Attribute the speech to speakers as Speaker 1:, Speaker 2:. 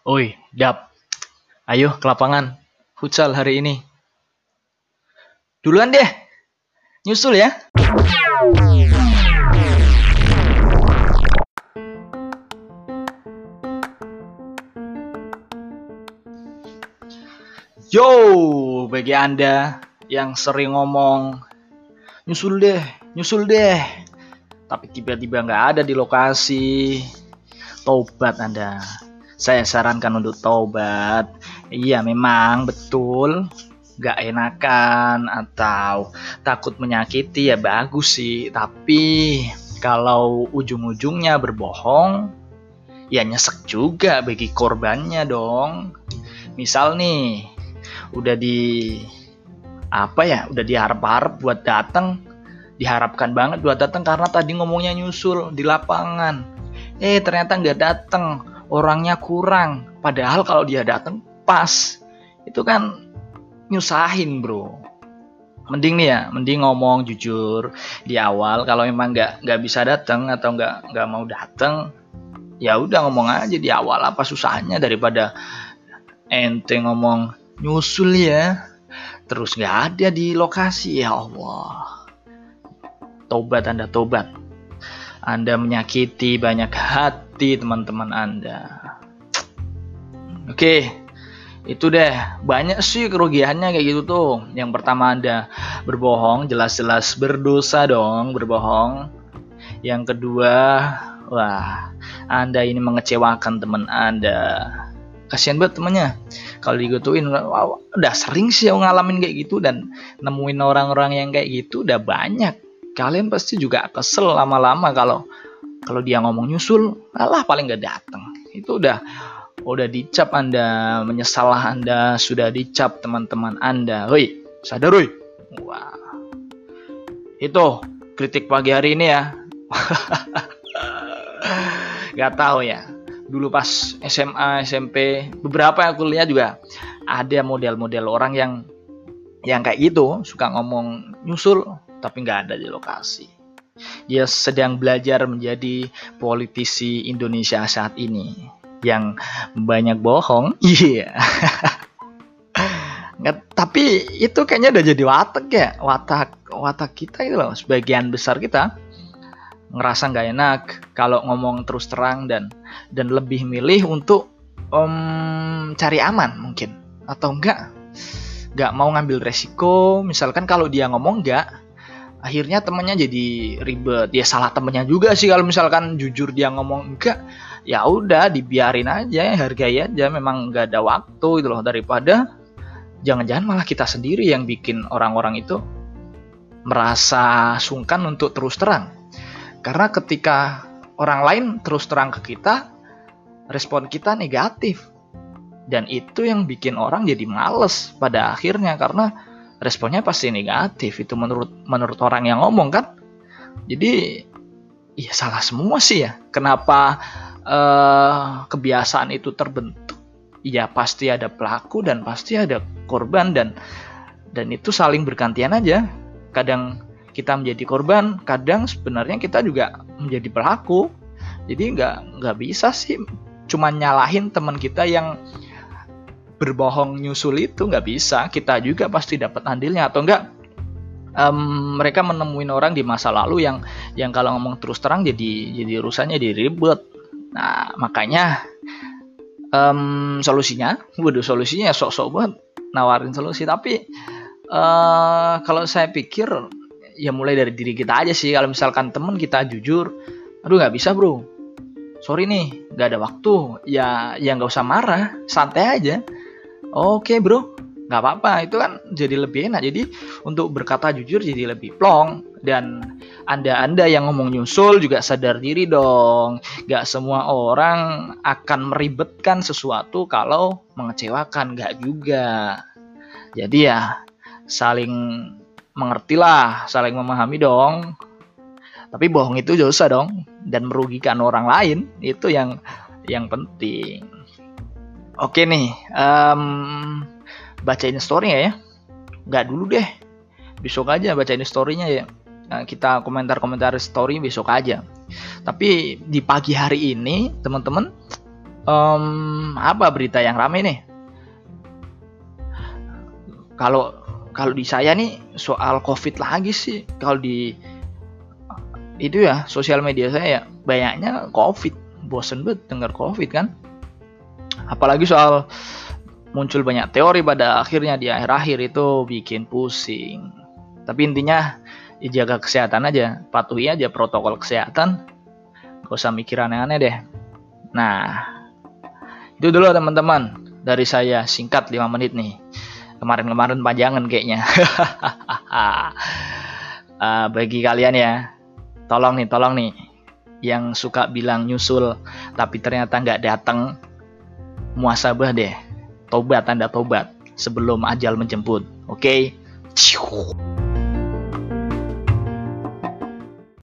Speaker 1: Oi, Dap, ayo ke lapangan. Futsal hari ini. Duluan deh, nyusul ya. Yo, bagi Anda yang sering ngomong, nyusul deh. Tapi tiba-tiba nggak ada di lokasi. Tobat Anda. Saya sarankan untuk tobat. Iya memang betul. Gak enakan atau takut menyakiti ya bagus sih. Tapi kalau ujung-ujungnya berbohong, ya nyesek juga bagi korbannya dong. Misal nih, udah udah diharap-harap buat datang, diharapkan banget buat datang karena tadi ngomongnya nyusul di lapangan. Ternyata nggak datang, orangnya kurang. Padahal kalau dia datang pas, itu kan nyusahin bro. Mending ngomong jujur di awal. Kalau memang nggak bisa datang atau nggak mau datang, ya udah ngomong aja di awal apa susahnya daripada ente ngomong nyusul ya terus nggak ada di lokasi. Ya Allah, tobat Anda menyakiti banyak hati teman-teman Anda. Oke, itu deh, banyak sih kerugiannya kayak gitu tuh. Yang pertama Anda berbohong, jelas-jelas berdosa dong berbohong. Yang kedua, wah, Anda ini mengecewakan teman Anda. Kasihan banget temannya kalau digituin. Udah sering sih ngalamin kayak gitu dan nemuin orang-orang yang kayak gitu udah banyak. Kalian pasti juga kesel lama-lama kalau dia ngomong nyusul, alah paling gak datang. Itu udah dicap Anda, menyesal Anda sudah dicap teman-teman Anda. Hoi, sadar hoi. Wah. Itu kritik pagi hari ini ya. Gak tahu ya. Dulu pas SMA, SMP, beberapa yang aku lihat juga ada model-model orang yang kayak gitu, suka ngomong nyusul tapi nggak ada di lokasi. Dia sedang belajar menjadi politisi Indonesia saat ini yang banyak bohong. Iya. Tapi itu kayaknya udah jadi watak kita gitu loh. Sebagian besar kita ngerasa nggak enak kalau ngomong terus terang dan lebih milih untuk cari aman mungkin, atau nggak mau ngambil resiko. Misalkan kalau dia ngomong nggak, akhirnya temennya jadi ribet. Dia salah temennya juga sih kalau misalkan jujur dia ngomong enggak. Ya udah dibiarin aja, hargai aja, memang nggak ada waktu itu loh, daripada jangan-jangan malah kita sendiri yang bikin orang-orang itu merasa sungkan untuk terus terang. Karena ketika orang lain terus terang ke kita, respon kita negatif. Dan itu yang bikin orang jadi males pada akhirnya, karena responnya pasti negatif. Itu menurut orang yang ngomong kan. Jadi ya salah semua sih ya. Kenapa kebiasaan itu terbentuk? Ya pasti ada pelaku dan pasti ada korban, dan itu saling bergantian aja. Kadang kita menjadi korban, kadang sebenarnya kita juga menjadi pelaku. Jadi nggak bisa sih cuma nyalahin teman kita yang berbohong nyusul itu, nggak bisa. Kita juga pasti dapat andilnya, atau enggak mereka menemuin orang di masa lalu yang kalau ngomong terus terang jadi urusannya diribet. Nah makanya solusinya sok-sok banget nawarin solusi. Tapi kalau saya pikir ya mulai dari diri kita aja sih. Kalau misalkan temen kita jujur, aduh nggak bisa bro, sorry nih nggak ada waktu, ya nggak usah marah, santai aja. Oke bro, nggak apa-apa, itu kan jadi lebih enak. Jadi untuk berkata jujur jadi lebih plong. Dan anda yang ngomong nyusul juga sadar diri dong. Nggak semua orang akan meribetkan sesuatu kalau mengecewakan, nggak juga. Jadi ya saling mengertilah, saling memahami dong. Tapi bohong itu dosa dong, dan merugikan orang lain. Itu yang penting. Oke nih, bacain story ya. Nggak dulu deh, besok aja bacain story-nya ya. Nah, kita komentar story besok aja. Tapi di pagi hari ini teman-teman, Apa berita yang rame nih? Kalau di saya nih soal COVID lagi sih. Kalau di itu ya sosial media saya banyaknya COVID. Bosen banget dengar COVID kan. Apalagi soal muncul banyak teori pada akhirnya di akhir-akhir itu bikin pusing. Tapi intinya jaga kesehatan aja, patuhi aja protokol kesehatan. Gak usah mikir aneh-aneh deh. Nah, itu dulu teman-teman dari saya, singkat 5 menit nih. Kemarin-kemarin panjangan kayaknya. Bagi kalian ya, tolong nih yang suka bilang nyusul tapi ternyata nggak datang, muhasabah deh, tobat, tanda tobat sebelum ajal menjemput. Oke?